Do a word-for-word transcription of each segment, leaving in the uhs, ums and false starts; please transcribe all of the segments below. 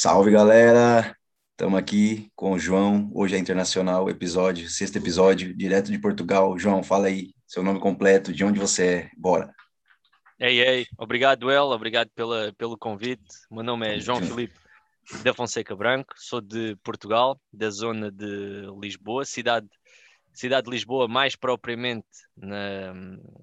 Salve, galera! Estamos aqui com o João. Hoje é internacional, episódio, sexto episódio, direto de Portugal. João, fala aí, seu nome completo, de onde você é. Bora! Ei, ei, obrigado, El, obrigado pela, pelo convite. O meu nome é Tamo João junto. Filipe da Fonseca Branco, sou de Portugal, da zona de Lisboa, cidade, cidade de Lisboa, mais propriamente na,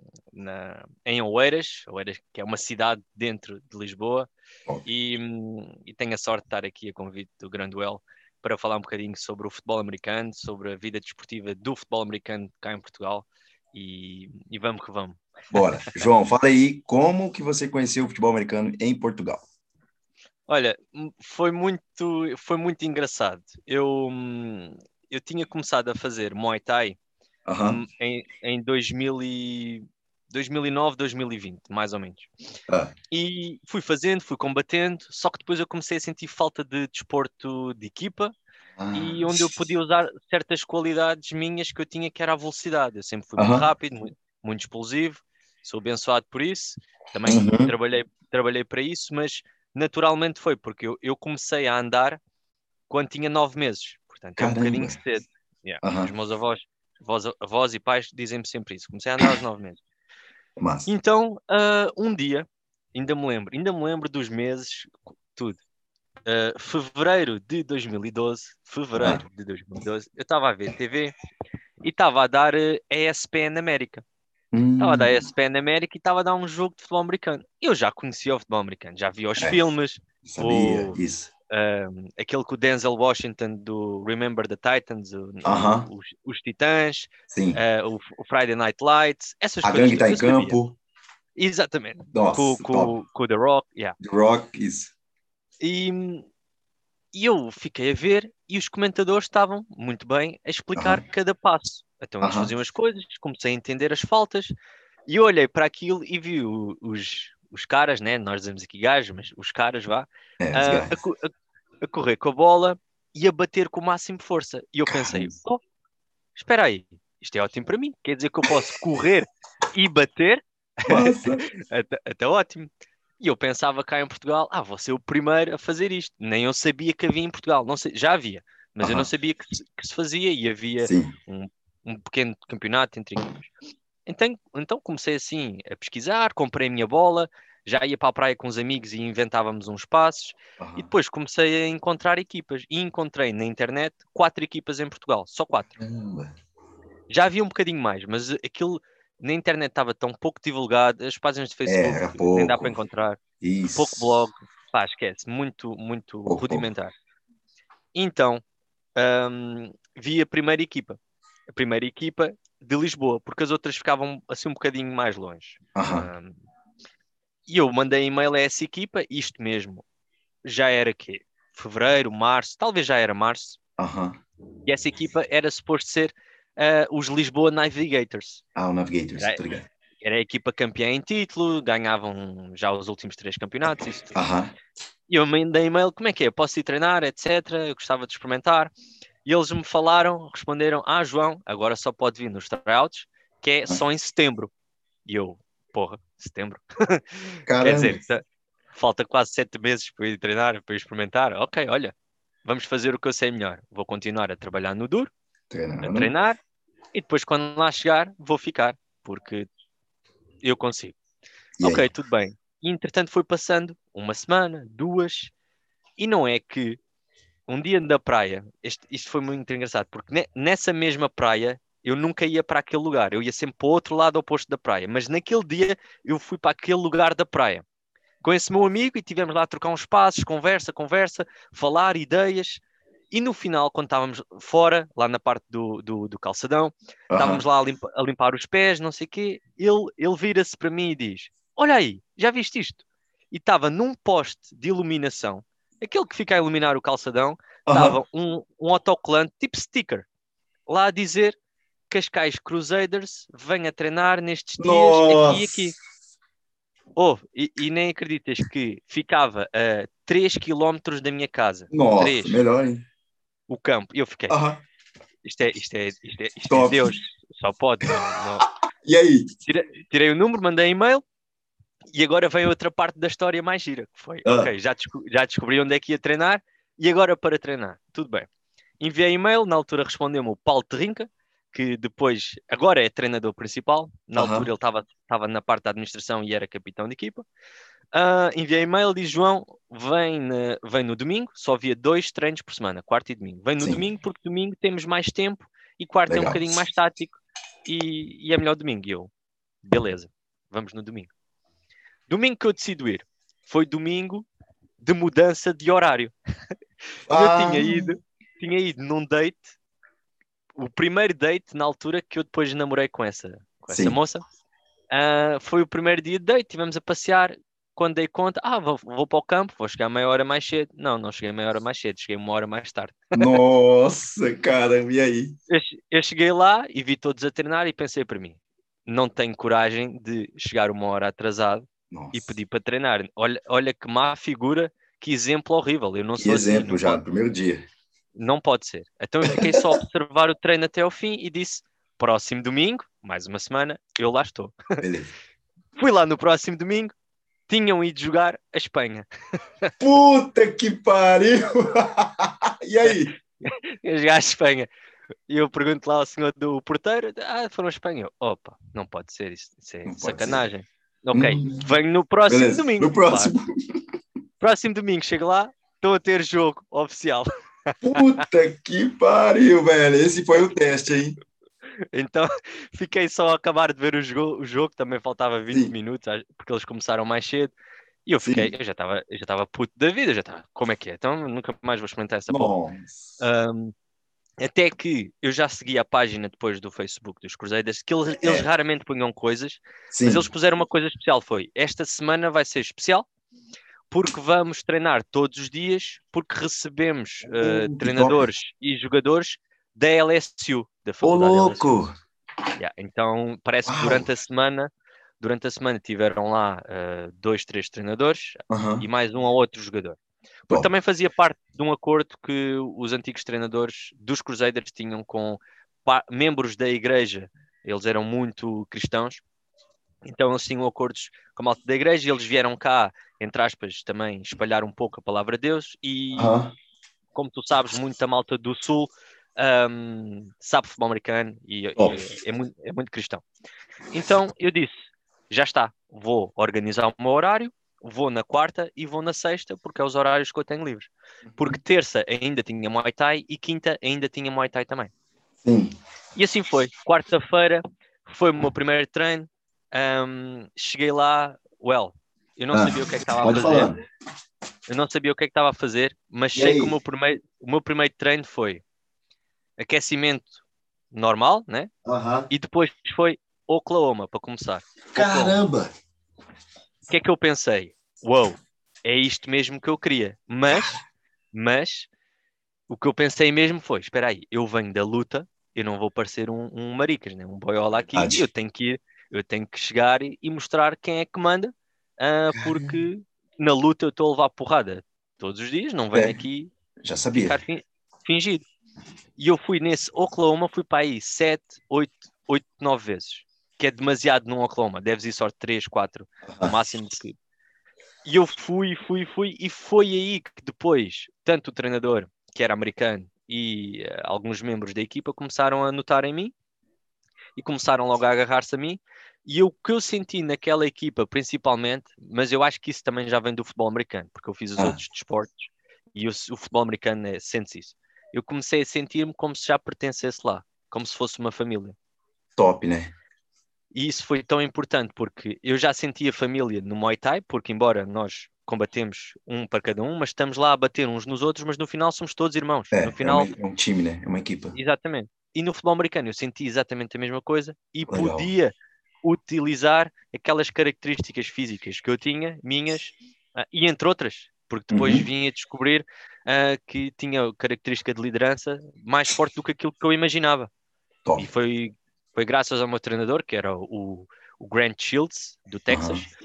na, em Oeiras, Oeiras, que é uma cidade dentro de Lisboa, Top. e, e tenho a sorte de estar aqui a convite do grande El para falar um bocadinho sobre o futebol americano, sobre a vida desportiva do futebol americano cá em Portugal, e, e vamos que vamos. Bora! João, fala aí, como que você conheceu o futebol americano em Portugal? Olha, hum, foi muito, foi muito engraçado. Eu, hum, eu tinha começado a fazer Muay Thai Aham. hum, em, em dois mil e, dois mil e nove, dois mil e vinte, mais ou menos. Ah, E fui fazendo, fui combatendo, só que depois eu comecei a sentir falta de desporto de equipa ah, e onde eu podia usar certas qualidades minhas que eu tinha, que era a velocidade. Eu sempre fui muito aham. rápido, muito, muito explosivo, sou abençoado por isso. Também Uhum. trabalhei, trabalhei para isso, mas naturalmente foi porque eu, eu comecei a andar quando tinha nove meses. Portanto, é um bocadinho Caramba! cedo. Yeah. Os Aham. meus avós, avós, avós e pais dizem-me sempre isso. Comecei a andar aos nove meses. Massa. Então, ah, um dia, ainda me lembro, ainda me lembro dos meses, tudo. Uh, fevereiro de dois mil e doze, Ah. fevereiro de dois mil e doze, eu estava a ver T V e estava a dar uh, E S P N América. Estava a dar Hum, E S P N América e estava a dar um jogo de futebol americano. Eu já conhecia o futebol americano, já vi os é, filmes, sabia o, isso. um, aquele com o Denzel Washington do Remember the Titans, o- Aham, o- os, os Titãs, sim. uh, o, o Friday Night Lights, essas A coisas gangue tá todas. em Eu sabia. campo. Exatamente. Com, Nossa, top. com, com o The Rock, yeah. The Rock, isso. E, E eu fiquei a ver e os comentadores estavam muito bem a explicar Aham, cada passo. Então eles aham. faziam as coisas, comecei a entender as faltas e eu olhei para aquilo e vi o- os, os caras, né? Nós dizemos aqui gajos, mas os caras, vá, É, os a, a gajos. co- a- a correr com a bola e a bater com o máximo de força. E eu pensei, Caramba. oh, espera aí, isto é ótimo para mim. Quer dizer que eu posso correr e bater? Massa. Até, até ótimo. E eu pensava cá em Portugal, ah, vou ser o primeiro a fazer isto. Nem eu sabia que havia em Portugal. Não sei, já havia, mas eu não Aham, sabia que se, que se fazia e havia sim. um, um pequeno campeonato entre equipas. Então, então comecei assim a pesquisar, comprei a minha bola, já ia para a praia com os amigos e inventávamos uns passos. E Aham. depois comecei a encontrar equipas. E encontrei na internet quatro equipas em Portugal, só quatro. Caramba. Já havia um bocadinho mais, mas aquilo na internet estava tão pouco divulgado, as páginas de É, Facebook era nem dá para pouco. encontrar, pouco Isso. blog, pá, esquece, muito, muito Pouco, pouco. rudimentar. Então, hum, vi a primeira equipa, a primeira equipa de Lisboa, porque as outras ficavam assim um bocadinho mais longe. Aham, Hum, e eu mandei e-mail a essa equipa, isto mesmo, já era quê? Fevereiro, março, talvez já era março, aham. e essa equipa era suposto ser ah, os Lisboa Navigators. Ah, o Navigators, Era, tô ligado. era a equipa campeã em título, ganhavam já os últimos três campeonatos, isso tudo. Aham, E eu mandei e-mail, como é que é? Posso ir treinar, etcétera. Eu gostava de experimentar. E eles me falaram, responderam, ah, João, agora só pode vir nos tryouts, que é aham. só em setembro. E eu, porra, setembro? Quer Caramba. dizer, tá- falta quase sete meses para ir treinar, para ir experimentar. Ok, olha, vamos fazer o que eu sei melhor. Vou continuar a trabalhar no duro, a Treinando. treinar, e depois quando lá chegar, vou ficar, porque eu consigo. E Ok, aí? tudo bem. E, entretanto, foi passando uma semana, duas, e não é que um dia da praia, este, isto foi muito engraçado, porque ne- nessa mesma praia eu nunca ia para aquele lugar, eu ia sempre para o outro lado oposto da praia, mas naquele dia eu fui para aquele lugar da praia com esse meu amigo e tivemos lá a trocar uns passos, conversa, conversa, falar ideias. E no final, quando estávamos fora, lá na parte do, do, do calçadão, estávamos Aham. lá a, limpa- a limpar os pés, não sei o quê, ele, ele vira-se para mim e diz: Olha aí, já viste isto? E estava num poste de iluminação, aquele que fica a iluminar o calçadão, Aham. estava um, um autocolante tipo sticker, lá a dizer: Cascais Crusaders, venha treinar nestes dias, aqui e aqui. Nossa. Oh, e, e nem acreditas que ficava a três quilómetros da minha casa. Nossa, Três, melhor, hein? o campo. E eu fiquei, Aham. isto é, isto é, isto é, isto é Top. Deus, só pode, não, não. E aí? Tirei, tirei o número, mandei e-mail E agora vem outra parte da história mais gira, que foi, Ah, ok, já, desco já descobri onde é que ia treinar, e agora para treinar, tudo bem. Enviei e-mail, na altura respondeu-me o Paulo Terrinca, que depois, agora é treinador principal, na altura aham, ele estava estava na parte da administração e era capitão de equipa. Uh, enviei e-mail, diz João, vem, na, vem no domingo, só havia dois treinos por semana, quarta e domingo. Vem no sim, domingo porque domingo temos mais tempo e quarta é um legal. bocadinho mais tático e, e é melhor domingo. E eu, beleza, vamos no domingo. Domingo que eu decido ir, foi domingo de mudança de horário. E eu tinha Ah, ido, tinha ido num date, o primeiro date na altura que eu depois namorei com essa, com essa sim. moça. Uh, foi o primeiro dia de date, estivemos a passear. Quando dei conta, ah, vou, vou para o campo, vou chegar meia hora mais cedo. Não, não cheguei meia hora mais cedo, cheguei uma hora mais tarde. Nossa, caramba, e aí? Eu, eu cheguei lá e vi todos a treinar e pensei para mim, não tenho coragem de chegar uma hora atrasado e Nossa, pedir para treinar. Olha, olha que má figura, que exemplo horrível. Eu não que sou assim, exemplo não já, pode, no primeiro dia. não pode ser. Então eu fiquei só a observar o treino até ao fim e disse: próximo domingo, mais uma semana, eu lá estou. Beleza. Fui lá no próximo domingo, tinham ido jogar a Espanha. Puta que pariu! E aí? Ia jogar a Espanha. E eu pergunto lá ao senhor do porteiro: ah, foram a Espanha. Eu, opa, não pode ser, isso, isso é Não pode ser. sacanagem. Ok, Hum, venho no próximo beleza, domingo, no claro. próximo. Próximo domingo, chego lá, estou a ter jogo oficial. Puta que pariu, velho. Esse foi o teste, hein? Então fiquei só a acabar de ver o jogo, o jogo também faltava vinte Sim, minutos, porque eles começaram mais cedo. E eu fiquei, sim. eu já estava, eu já estava puto da vida, já estava, como é que é? Então nunca mais vou experimentar essa porra. Nossa. Um, Até que eu já segui a página depois do Facebook dos Crusaders, que eles, eles É, raramente punham coisas, mas eles sim. puseram uma coisa especial, foi, esta semana vai ser especial, porque vamos treinar todos os dias, porque recebemos uh, Oh, que top. treinadores e jogadores da L S U, da Ô, Faculdade L S U. louco. Yeah, então parece que Uau. durante a semana, durante a semana tiveram lá uh, dois, três treinadores e Aham, mais um ou outro jogador. Porque top. também fazia parte de um acordo que os antigos treinadores dos Crusaders tinham com membros da igreja. Eles eram muito cristãos, então eles tinham acordos com a malta da igreja e eles vieram cá, entre aspas, também espalhar um pouco a palavra de Deus. E Aham, como tu sabes, muita malta do Sul um, sabe futebol americano e, top. e é, muito, é muito cristão. Então eu disse: já está, vou organizar o meu horário, vou na quarta e vou na sexta, porque é os horários que eu tenho livres. Porque terça ainda tinha Muay Thai e quinta ainda tinha Muay Thai também. Sim. E assim foi. Quarta-feira foi o meu primeiro treino. Um, cheguei lá, well, eu não Ah, sabia o que é que estava a pode fazer. falar. Eu não sabia o que é que estava a fazer, mas E sei que o aí? meu primeiro, o meu primeiro treino foi aquecimento normal, né? Aham. E depois foi Oklahoma, para começar. Oklahoma. Caramba! O que é que eu pensei? Uou, é isto mesmo que eu queria. Mas, mas, o que eu pensei mesmo foi, espera aí, eu venho da luta, eu não vou parecer um, um maricas, né? Um boiola aqui, eu Verdade. tenho que ir, eu tenho que chegar e, e mostrar quem é que manda, ah, Caramba. porque na luta eu estou a levar porrada todos os dias, não venho É, aqui já sabia. ficar fi- fingido. E eu fui nesse Oklahoma, fui para aí sete, oito, oito, nove vezes, que é demasiado num Oklahoma, deves ir só três, quatro, no Aham. máximo que e eu fui, fui, fui, e foi aí que depois, tanto o treinador, que era americano, e eh, alguns membros da equipa começaram a notar em mim e começaram logo a agarrar-se a mim. E o que eu senti naquela equipa, principalmente, mas eu acho que isso também já vem do futebol americano, porque eu fiz os Ah, outros desportos e o, o futebol americano é, sente isso. Eu comecei a sentir-me como se já pertencesse lá, como se fosse uma família. top, né? E isso foi tão importante porque eu já sentia família no Muay Thai, porque embora nós combatemos um para cada um, mas estamos lá a bater uns nos outros, mas no final somos todos irmãos. No É, é, uma, final, é um time, né? É uma equipa. exatamente. E no futebol americano eu senti exatamente a mesma coisa e Legal. podia utilizar aquelas características físicas que eu tinha, minhas, ah, e entre outras, porque depois Uhum. vim a descobrir ah, que tinha característica de liderança mais forte do que aquilo que eu imaginava. Top. E foi, foi graças ao meu treinador, que era o, o Grant Shields, do Aham. Texas,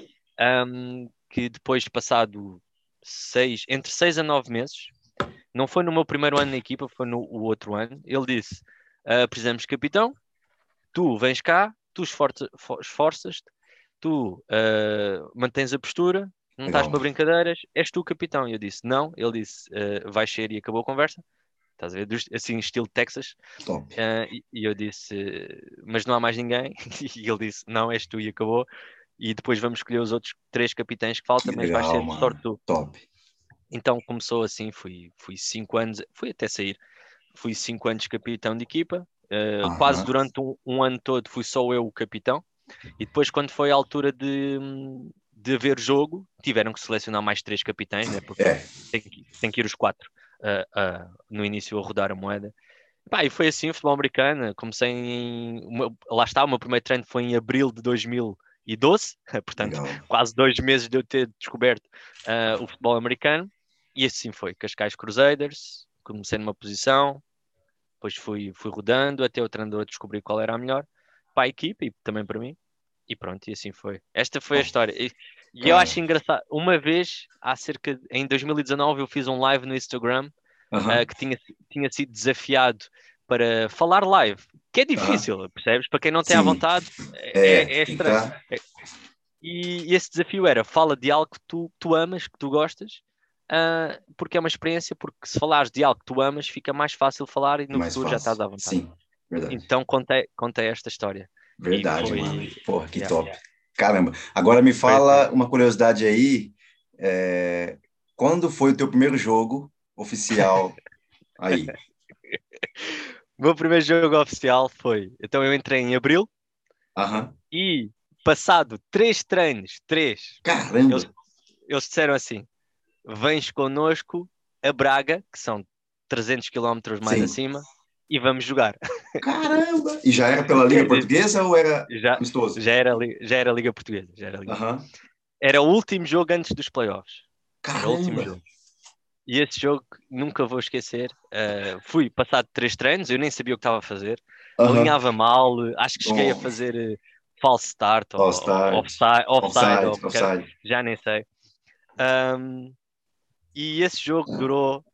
um, que depois, passado seis, entre seis a nove meses, não foi no meu primeiro ano na equipa, foi no o outro ano, ele disse: "Ah, precisamos de capitão, tu vens cá, tu esforça- fo- esforças-te, tu uh, mantens a postura, não Legal. estás para brincadeiras, és tu o capitão. E eu disse, não. Ele disse, uh, vais ser, e acabou a conversa. Estás a ver? Do- Assim, estilo Texas. Top. Uh, e, e eu disse, uh, mas não há mais ninguém. E ele disse, não, és tu, e acabou. E depois vamos escolher os outros três capitães que Que faltam, mas vais legal, ser de sorte mano. tu. Top. Então começou assim, fui, fui cinco anos, fui até sair, fui cinco anos capitão de equipa, uh, quase Aham. durante um, um ano todo fui só eu o capitão, e depois quando foi a altura de, de haver jogo, tiveram que selecionar mais três capitães, né, porque É, tem que, tem que ir os quatro uh, uh, no início a rodar a moeda. Pá, e foi assim o futebol americano, comecei em, uma- lá está, o meu primeiro treino foi em abril de dois mil e doze, portanto legal. quase dois meses de eu ter descoberto uh, o futebol americano. E assim foi, Cascais Crusaders, comecei numa posição, depois fui, fui rodando até o treinador descobrir qual era a melhor para a equipe e também para mim. E pronto, e assim foi. Esta foi a Top. história. E, e eu Cara. acho engraçado, uma vez, há cerca de, em dois mil e dezanove, eu fiz um live no Instagram uh, Aham. que tinha, tinha sido desafiado para falar live, que é Aham. difícil, percebes? Para quem não tem à Sim. vontade, É, é, é tem que estranho. estar. É- e, e esse desafio era, fala de algo que tu, tu amas, que tu gostas, ah, porque é uma experiência, porque se falares de algo que tu amas, fica mais fácil falar e no Mais futuro já fácil. estás à vontade. Sim, verdade. Então contei, contei esta história. E Verdade, mano. foi, Porra, que yeah, top. Caramba. Agora me foi assim. fala uma curiosidade aí. é, Quando foi o teu primeiro jogo oficial aí? O meu primeiro jogo oficial foi, então eu entrei em abril Aham. e passado três treinos, três, eles, Caramba. eles disseram assim, vens connosco a Braga, que são trezentos quilómetros mais Sim. acima, e vamos jogar. Caramba. E já era pela Liga Quer dizer, Portuguesa ou era já, amistoso? já, era, li- já era Liga Portuguesa, já era Liga. Aham. Era o último jogo antes dos playoffs. Era o último Caramba. jogo. E esse jogo nunca vou esquecer. Uh, fui passado três treinos, eu nem sabia o que estava a fazer. Aham. Alinhava mal, acho que cheguei a Nossa. fazer uh, false start ou, ou Offside. offside, offside ou Offside. qualquer, Offside. já nem sei. Um, e esse jogo durou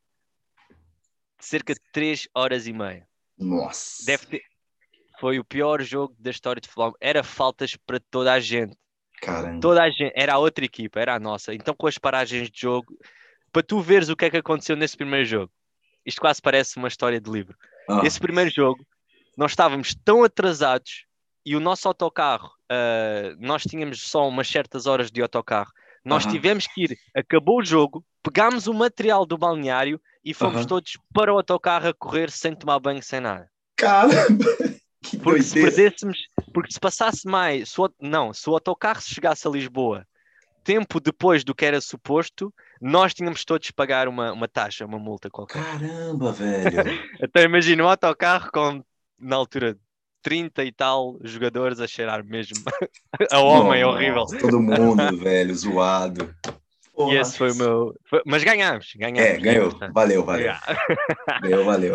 cerca de três horas e meia. Nossa. Deve ter, foi o pior jogo da história de futebol. Era faltas para toda a gente. Caramba. Toda a gente. Era a outra equipa, era a nossa. Então, com as paragens de jogo, para tu veres o que é que aconteceu nesse primeiro jogo, isto quase parece uma história de livro. Ah. Esse primeiro jogo, nós estávamos tão atrasados e o nosso autocarro, uh, nós tínhamos só umas certas horas de autocarro. Nós Aham. tivemos que ir, acabou o jogo, pegámos o material do balneário e fomos Aham. todos para o autocarro a correr sem tomar banho, sem nada. Caramba. Que Porque se doideira. perdêssemos, porque se passasse mais, se o, não, se o autocarro chegasse a Lisboa tempo depois do que era suposto, nós tínhamos todos de pagar uma, uma taxa, uma multa qualquer. Caramba, velho. Então imagina um autocarro com, na altura, trinta e tal jogadores a cheirar mesmo a homem horrível. Nossa, todo mundo, velho, zoado. E Porra. esse foi o meu. foi- Mas ganhámos, É, ganhámos, que é ganhou. importante. Valeu, valeu. Yeah. Ganhou, valeu.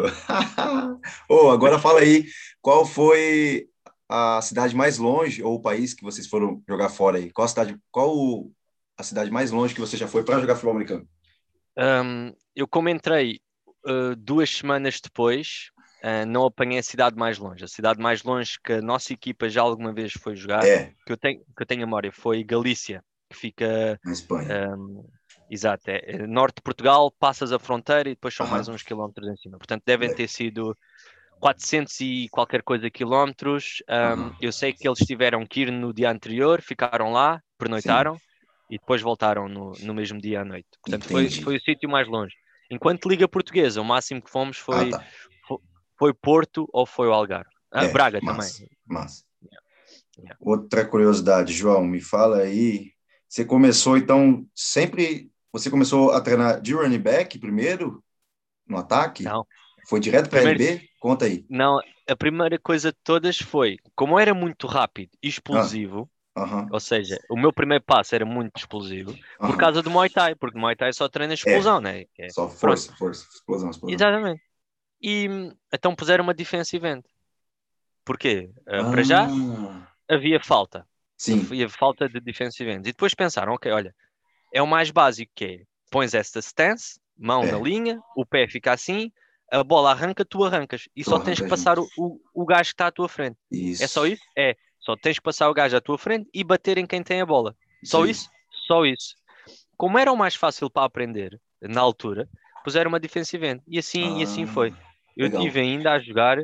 Ô, agora fala aí, qual foi a cidade mais longe, ou o país que vocês foram jogar fora aí? Qual a cidade, qual o- a cidade mais longe que você já foi para jogar futebol americano? Um, eu como entrei uh, duas semanas depois, uh, não apanhei a cidade mais longe. A cidade mais longe que a nossa equipa já alguma vez foi jogar, É, que eu tenho, que eu tenho memória, foi Galícia, que fica, na Espanha. um, exato, é, é norte de Portugal, passas a fronteira e depois são mais Aham, uns quilómetros em cima. Portanto, devem le- ter sido quatrocentos e qualquer coisa quilómetros. Um, aham, eu sei que eles tiveram que ir no dia anterior, ficaram lá, sim, pernoitaram e depois voltaram no, no mesmo dia à noite. Portanto, foi, foi entendi. o sítio mais longe. Enquanto Liga Portuguesa, o máximo que fomos Ah, foi, tá. foi, foi Porto ou foi o Algarve. Ah, É, Braga também. massa, massa. Yeah. Outra curiosidade, João, me fala aí. Você começou, então, sempre. Você começou a treinar de running back primeiro, no ataque? Não, Foi direto para primeiro, L B? Conta aí. não, a primeira coisa de todas foi, como era muito rápido e Ah, explosivo, aham, ou seja, o meu primeiro passo era muito explosivo, por aham. causa do Muay Thai, porque no Muay Thai só treina É, explosão, né? É, só pronto, força, força, explosão, explosão. exatamente. E hum, então puseram uma defensive end. Porquê? Uh, para já Ah, havia falta. sim, Havia falta de defensive ends. E depois pensaram, ok, olha, é o mais básico que é, pões esta stance, mão na é. linha, o pé fica assim, a bola arranca, tu arrancas. E Tu só tens arranca que junto. passar o, o, o gajo que está à tua frente. É só Isso. isso? É. Só tens que passar o gajo à tua frente e bater em quem tem a bola. Isso Só aí. isso? Só isso. Como era o mais fácil para aprender, na altura, puseram uma defensive end. E assim, e assim foi. Ah, Eu tive legal. ainda a jogar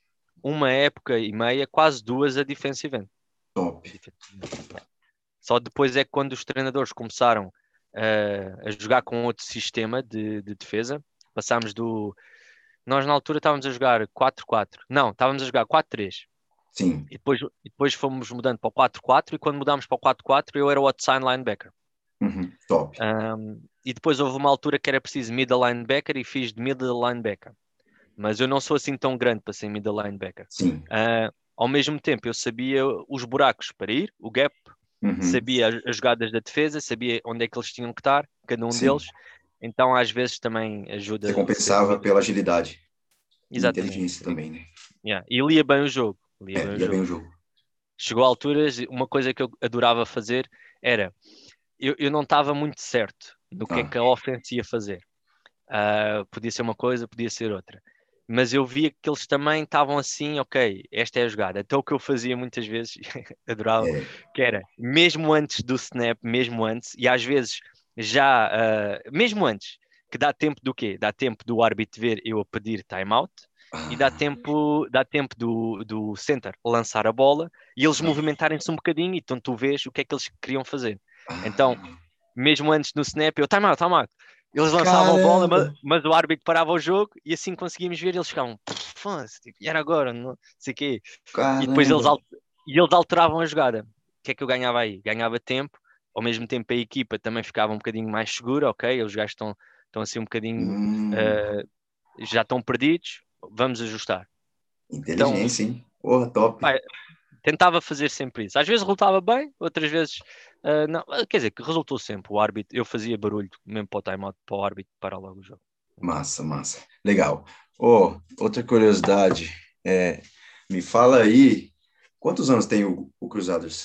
uma época e meia, quase duas a defensive end. Top. Defensive end. Só depois é que quando os treinadores começaram eh, a jogar com outro sistema de, de defesa, passámos do... Nós na altura estávamos a jogar quatro quatro. Não, estávamos a jogar quatro três. Sim. E depois, e depois fomos mudando para o quatro quatro e quando mudámos para o quatro quatro eu era o outside linebacker. Uhum. Top. Um, e depois houve uma altura que era preciso middle linebacker e fiz de middle linebacker. Mas eu não sou assim tão grande para ser middle linebacker. Sim. Uh, ao mesmo tempo, eu sabia os buracos para ir, o gap, Uhum. sabia as, as jogadas da defesa, sabia onde é que eles tinham que estar, cada um Sim. deles. Então, às vezes, também Você ajuda ser compensava middle. pela agilidade e Exatamente. inteligência E, também, né? yeah, e lia bem o jogo. Lia É, bem o ia bem jogo. o jogo. Chegou a alturas, uma coisa que eu adorava fazer era, eu, eu não estava muito certo no que é Ah, que a offense ia fazer. Uh, podia ser uma coisa, podia ser outra. Mas eu via que eles também estavam assim, ok, esta é a jogada. Então o que eu fazia muitas vezes, adorava, é. que era, mesmo antes do snap, mesmo antes, e às vezes já, uh, mesmo antes, que dá tempo do quê? Dá tempo do árbitro ver eu a pedir timeout, e dá Ah, tempo, dá tempo do, do center lançar a bola, e eles sim. movimentarem-se um bocadinho, então tu vês o que é que eles queriam fazer. Então, Ah, mesmo antes no snap, eu, time out, time out. Eles lançavam a bola, mas, caramba! mas o árbitro parava o jogo e assim conseguimos ver. Eles ficavam, "Foda-se, tipo, e era agora, não sei o quê." E depois eles, Caramba! al- e eles alteravam a jogada. O que é que eu ganhava aí? Ganhava tempo, ao mesmo tempo a equipa também ficava um bocadinho mais segura, ok? Os gajos estão, estão assim um bocadinho, Hum, eh, já estão perdidos, vamos ajustar. Então, inteligência, hein? Porra, top. pá, tentava fazer sempre isso. Às vezes resultava bem, outras vezes ah, não. Ah, quer dizer, que resultou sempre. O árbitro, eu fazia barulho mesmo para o timeout, para o árbitro parar logo o jogo. Então, Massa, massa. Legal. Oh, outra curiosidade. É, me fala aí, quantos anos tem o, o Crusaders?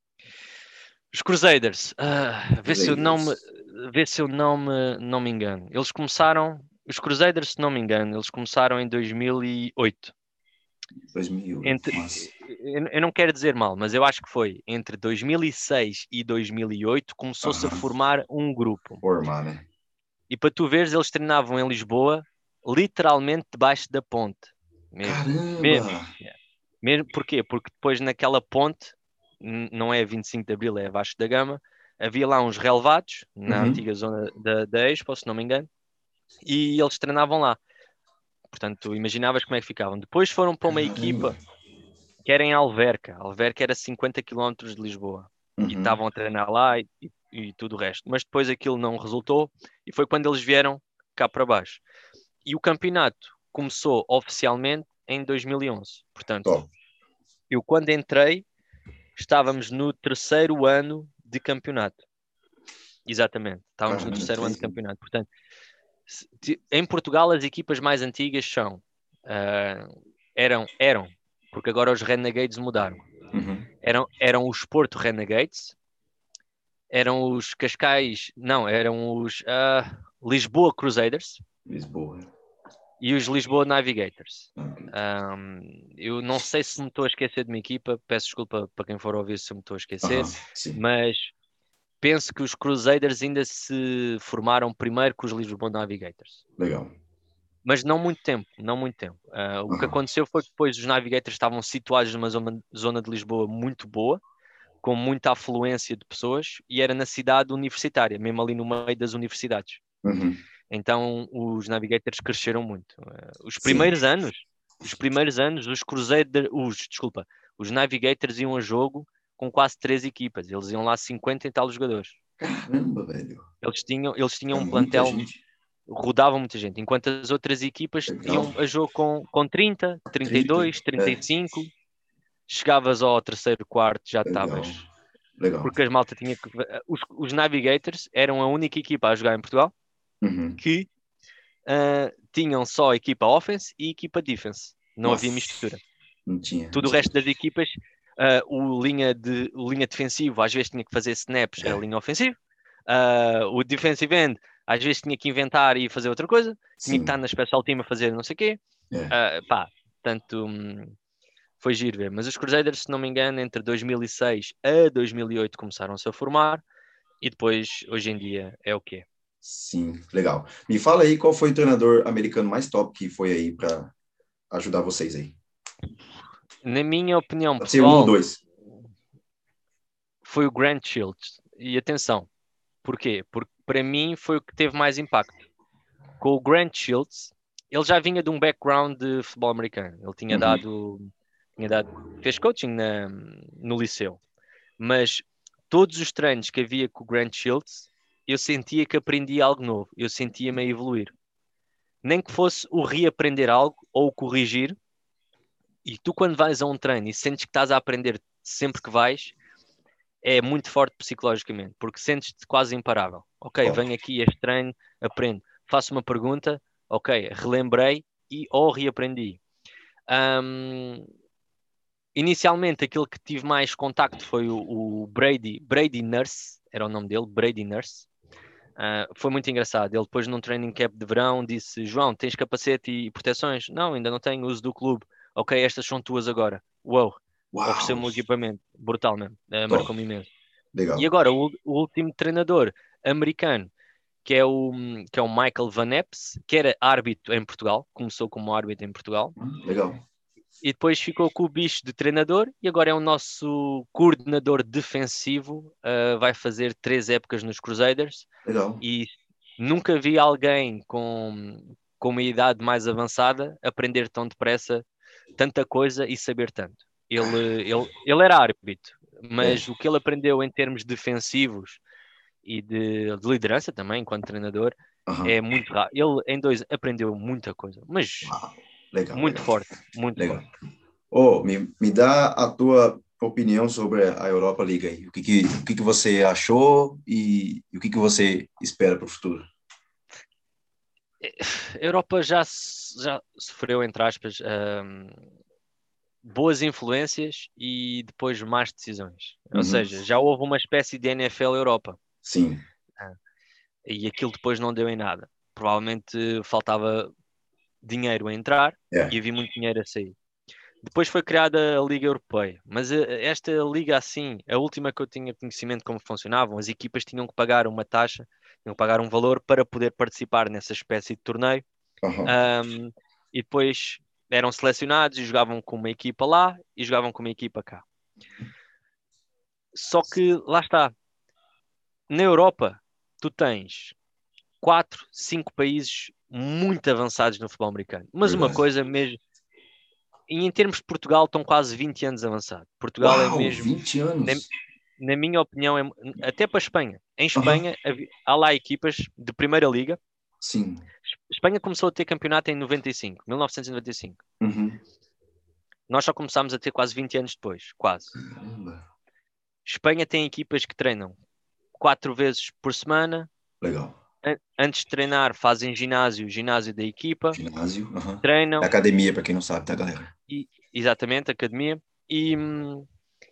os Crusaders, ah, vê se eu não me, Crusaders. vê se eu não me, não me engano. Eles começaram, os Crusaders, se não me engano, eles começaram em dois mil e oito. dois mil e oito. Entre, Massa. eu eu não quero dizer mal, mas eu acho que foi entre dois mil e seis e dois mil e oito começou-se a Aham. formar um grupo. Formar, né? E para tu veres, eles treinavam em Lisboa, literalmente debaixo da ponte. Mesmo. Caramba! Mesmo. Yeah. Mesmo. Porquê? Porque depois naquela ponte, n- não é vinte e cinco de Abril, é Vasco da Gama, havia lá uns relevados, na Uhum. antiga zona da, da Expo, se não me engano, e eles treinavam lá. Portanto, tu imaginavas como é que ficavam. Depois foram para uma Caramba! equipa que era em Alverca. Alverca era cinquenta quilómetros de Lisboa. E Uhum. estavam a treinar lá e, e, e tudo o resto. Mas depois aquilo não resultou e foi quando eles vieram cá para baixo. E o campeonato começou oficialmente em dois mil e onze. Portanto, Top. eu quando entrei, estávamos no terceiro ano de campeonato. Exatamente, estávamos no Caramba, terceiro ano três. de campeonato. Portanto, se- ti- em Portugal as equipas mais antigas são, ah, eram, eram, porque agora os Renegades mudaram. Uhum. Eram, eram os Porto Renegades, eram os Cascais, não, eram os ah, Lisboa Crusaders Lisboa. e os Lisboa Navigators. Ok. Um, eu não sei se me estou a esquecer de uma equipa, peço desculpa para quem for ouvir se me estou a esquecer, Aham, sim. mas penso que os Crusaders ainda se formaram primeiro que os Lisboa Navigators. Legal. Mas não muito tempo, não muito tempo. Uh, o que Aham. aconteceu foi que depois os Navigators estavam situados numa zona, zona de Lisboa muito boa, com muita afluência de pessoas, e era na cidade universitária, mesmo ali no meio das universidades. Uhum. Então os Navigators cresceram muito. Uh, os Sim. primeiros anos, os primeiros anos, os Crusaders, os, desculpa, os Navigators iam a jogo com quase três equipas. Eles iam lá cinquenta e tal jogadores. Caramba, velho. Eles tinham, eles É tinham um muita plantel, gente. rodavam muita gente, enquanto as outras equipas Legal. iam a jogo com, com trinta, trinta e trinta. dois, trinta e É. cinco. Chegavas ao terceiro quarto, já Legal. estavas. Legal. Porque as malta tinha que. Os, os Navigators eram a única equipa a jogar em Portugal Uhum. que uh, tinham só equipa offense e equipa defense. Não havia Nossa. mistura. Não tinha Tudo o resto mistura. das equipas, uh, o, linha de, o linha defensivo às vezes tinha que fazer snaps a É. linha ofensiva. Uh, o defensive end às vezes tinha que inventar e fazer outra coisa. Tinha que estar Sim. na special team a fazer não sei o quê. É. Uh, pá, portanto, hum, foi giro ver. Mas os Crusaders, se não me engano, entre dois mil e seis a dois mil e oito começaram-se a formar e depois, hoje em dia, é o quê? Sim, legal. Me fala aí qual foi o treinador americano mais top que foi aí para ajudar vocês aí. Na minha opinião Pode ser um ou pessoal, dois. foi o Grant Shields. E atenção, porquê? Porque para mim foi o que teve mais impacto. Com o Grant Shields, ele já vinha de um background de futebol americano. Ele tinha Uhum. dado, tinha dado fez coaching na, no liceu. Mas todos os treinos que havia com o Grant Shields, eu sentia que aprendia algo novo. Eu sentia-me a evoluir. Nem que fosse o reaprender algo ou o corrigir. E tu, quando vais a um treino e sentes que estás a aprender sempre que vais, é muito forte psicologicamente, porque sentes-te quase imparável. Ok, Top. venho aqui este treino, aprendo, faço uma pergunta, ok, relembrei e ou reaprendi. Um, inicialmente, aquele que tive mais contacto foi o, o Brady, Brady Nurse, era o nome dele, Brady Nurse. Uh, foi muito engraçado. Ele depois num training camp de verão disse: João, tens capacete e proteções? Não, ainda não tenho, uso do clube. Ok, estas são tuas agora. Uou, Uau, ofereceu-me o equipamento, brutal mesmo, uh, top. marcou-me imenso. E Legal. agora, o, o último treinador americano, que é, o, que é o Michael Van Epps, que era árbitro em Portugal, começou como árbitro em Portugal, Hum, Legal. e depois ficou com o bicho de treinador, e agora é o nosso coordenador defensivo, uh, vai fazer três épocas nos Crusaders, Legal. e nunca vi alguém com, com uma idade mais avançada aprender tão depressa tanta coisa e saber tanto. Ele, ele, ele era árbitro, É. mas o que ele aprendeu em termos defensivos e de, de liderança também, enquanto treinador, Aham. é muito rápido. Ele em dois aprendeu muita coisa, mas Uau. Legal, muito legal. forte, muito Legal. forte. Ô, me, me dá a tua opinião sobre a Europa League aí. O que que, o que que você achou e, e o que que você espera para o futuro? A Europa já, já sofreu, entre aspas, um, boas influências e depois más decisões. Ou Uhum. seja, já houve uma espécie de N F L Europa. Sim. Ah, e aquilo depois não deu em nada. Provavelmente faltava dinheiro a entrar É. e havia muito dinheiro a sair. Depois foi criada a Liga Europeia, mas eh, esta liga assim, a última que eu tinha conhecimento de como funcionavam, as equipas tinham que pagar uma taxa, tinham que pagar um valor para poder participar nessa espécie de torneio. Aham. Ahm, e depois eram selecionados e jogavam com uma equipa lá e jogavam com uma equipa cá. Só que lá está, na Europa, tu tens quatro, cinco países muito avançados no futebol americano. Mas uma Verdade. coisa mesmo, e em termos de Portugal, estão quase vinte anos avançado. Portugal é Uau, mesmo, vinte na, anos. na minha opinião, é, até para a Espanha. Em Aham. Espanha, havi- há lá equipas de Primeira Liga. Sim. Espanha começou a ter campeonato em noventa e cinco, mil novecentos e noventa e cinco. Uhum. Nós só começámos a ter quase vinte anos depois, quase. Caramba. Espanha tem equipas que treinam quatro vezes por semana. Legal. An- Antes de treinar, fazem ginásio, ginásio da equipa, Ginásio. Aham. É treinam, academia, para quem não sabe, tá, galera? e, exatamente, academia, e, hum,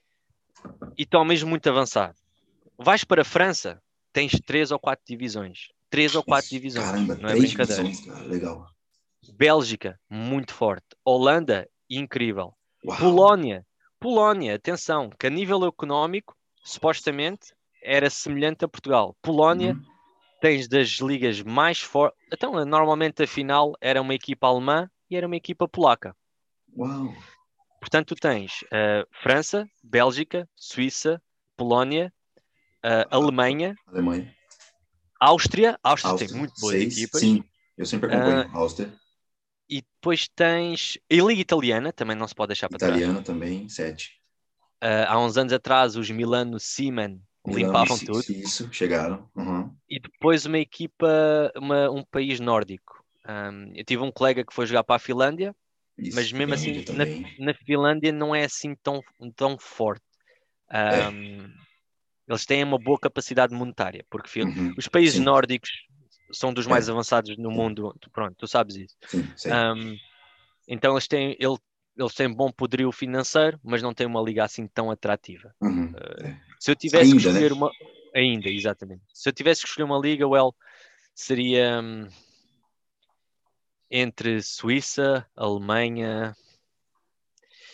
e estão mesmo muito avançado. Vais para a França, tens três ou quatro divisões. Três ou quatro Isso. divisões, Caramba, não é três brincadeira. divisões, cara. Legal. Bélgica, muito forte. Holanda, incrível. Uau. Polónia, Polónia, atenção, que a nível económico, supostamente, era semelhante a Portugal. Polónia, Uhum. tens das ligas mais fortes. Então, normalmente a final era uma equipa alemã e era uma equipa polaca. Uau. Portanto, tu tens uh, França, Bélgica, Suíça, Polónia, uh, Alemanha, Alemanha. Áustria. Áustria tem Áustria. muito boas Seis. equipas. Sim. Eu sempre Uh, acompanho. Áustria. e depois tens a Liga Italiana, também não se pode deixar para trás. Italiana também. Sete. Uh, há uns anos atrás, os Milano Seamen Milano. limpavam Isso. tudo. Isso. Chegaram. Uhum. E depois uma equipa, uma, um país nórdico. Um, eu tive um colega que foi jogar para a Finlândia, Isso. mas mesmo Finlândia assim, na, também. na Finlândia não é assim tão, tão forte. É. Um, eles têm uma boa capacidade monetária, porque fi- Uhum. os países Sim. nórdicos são dos mais É. avançados no Sim. mundo. Tu- Pronto, tu sabes isso. Sim. Sei. Um, então eles têm, ele- eles têm bom poderio financeiro, mas não têm uma liga assim tão atrativa. Uhum. Uh, É. se eu tivesse que Ainda, né? escolher uma. Ainda, exatamente. Se eu tivesse que escolher uma liga, well, seria hum, entre Suíça, Alemanha,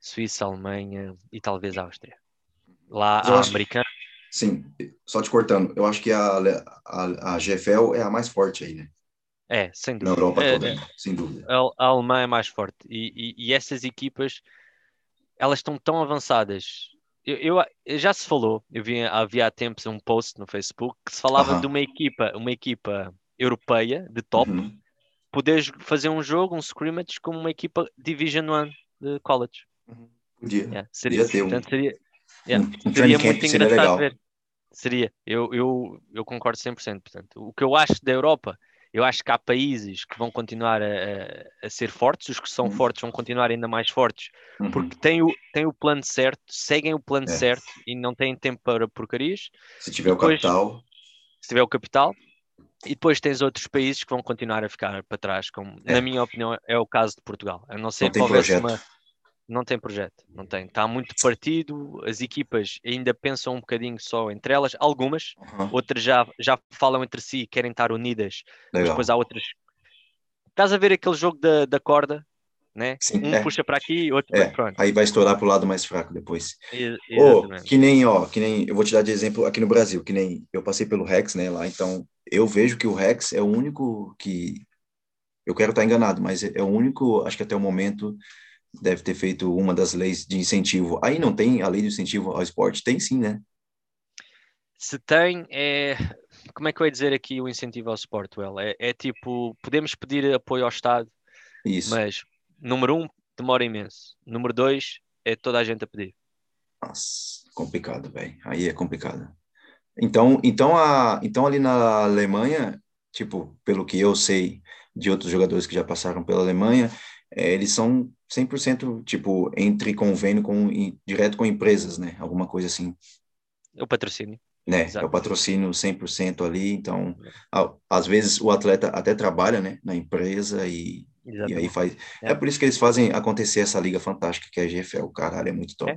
Suíça, Alemanha e talvez Áustria. Lá Mas eu há acho, americano. sim, só te cortando, eu acho que a, a, a G F L é a mais forte aí, né? É, sem Na dúvida. Europa É, toda, é, né? Sem dúvida. a, a alemã é mais forte. E, e, e essas equipas, elas estão tão avançadas. Eu, eu- eu- já se falou, eu vi, havia há tempos um post no Facebook que se falava de Aham. uma equipa, uma equipa europeia de top, Uhum. poderes fazer um jogo, um scrimmage, com uma equipa Division One de college. Uhum. Podia, Yeah, seria, podia ter um, portanto, seria, um, yeah, um training seria camp, muito seria engraçado legal. ver. Seria, eu, eu, eu concordo cem por cento. Portanto, o que eu acho da Europa, eu acho que há países que vão continuar a, a- a ser fortes, os que são Uhum. fortes vão continuar ainda mais fortes, Uhum. porque têm o, têm o plano certo, seguem o plano É. certo e não têm tempo para porcarias. Se E tiver o depois, capital, se tiver o capital, e depois tens outros países que vão continuar a ficar para trás, como, na é, minha opinião, é o caso de Portugal. A não não ser que tem houvesse projeto. uma não tem projeto, não tem. Está muito partido, as equipas ainda pensam um bocadinho só entre elas, algumas, Aham. outras já, já falam entre si, querem estar unidas, mas depois Legal. há outras. Estás a ver aquele jogo da, da corda, né? Sim, Um é, puxa para aqui, outro para. é. Pronto. Aí vai estourar pro lado mais fraco depois. Ex- Ô, exatamente. que nem, ó, que nem, eu vou te dar de exemplo aqui no Brasil, que nem eu passei pelo Rex, né, lá, então eu vejo que o Rex é o único que, eu quero estar enganado, mas é é o único, acho que até o momento deve ter feito uma das leis de incentivo. Aí não tem a lei de incentivo ao esporte? Tem sim, né? Se tem, é. Como é que eu ia dizer aqui o incentivo ao Sport, Well? É, é tipo, podemos pedir apoio ao Estado, Isso. mas número um, demora imenso. Número dois, é toda a gente a pedir. Nossa, complicado, velho. Aí é complicado. Então, então, a, então ali na Alemanha, tipo, pelo que eu sei de outros jogadores que já passaram pela Alemanha, eh, eles são cem por cento, tipo, entre convênio com, em- direto com empresas, né? Alguma coisa assim, O patrocínio. né? É o Exato. patrocínio cem por cento ali, então, a- às vezes o atleta até trabalha, né, na empresa e, e aí Exatamente. faz... É É, por isso que eles fazem acontecer essa liga fantástica que é a G F L, caralho, é muito top. é,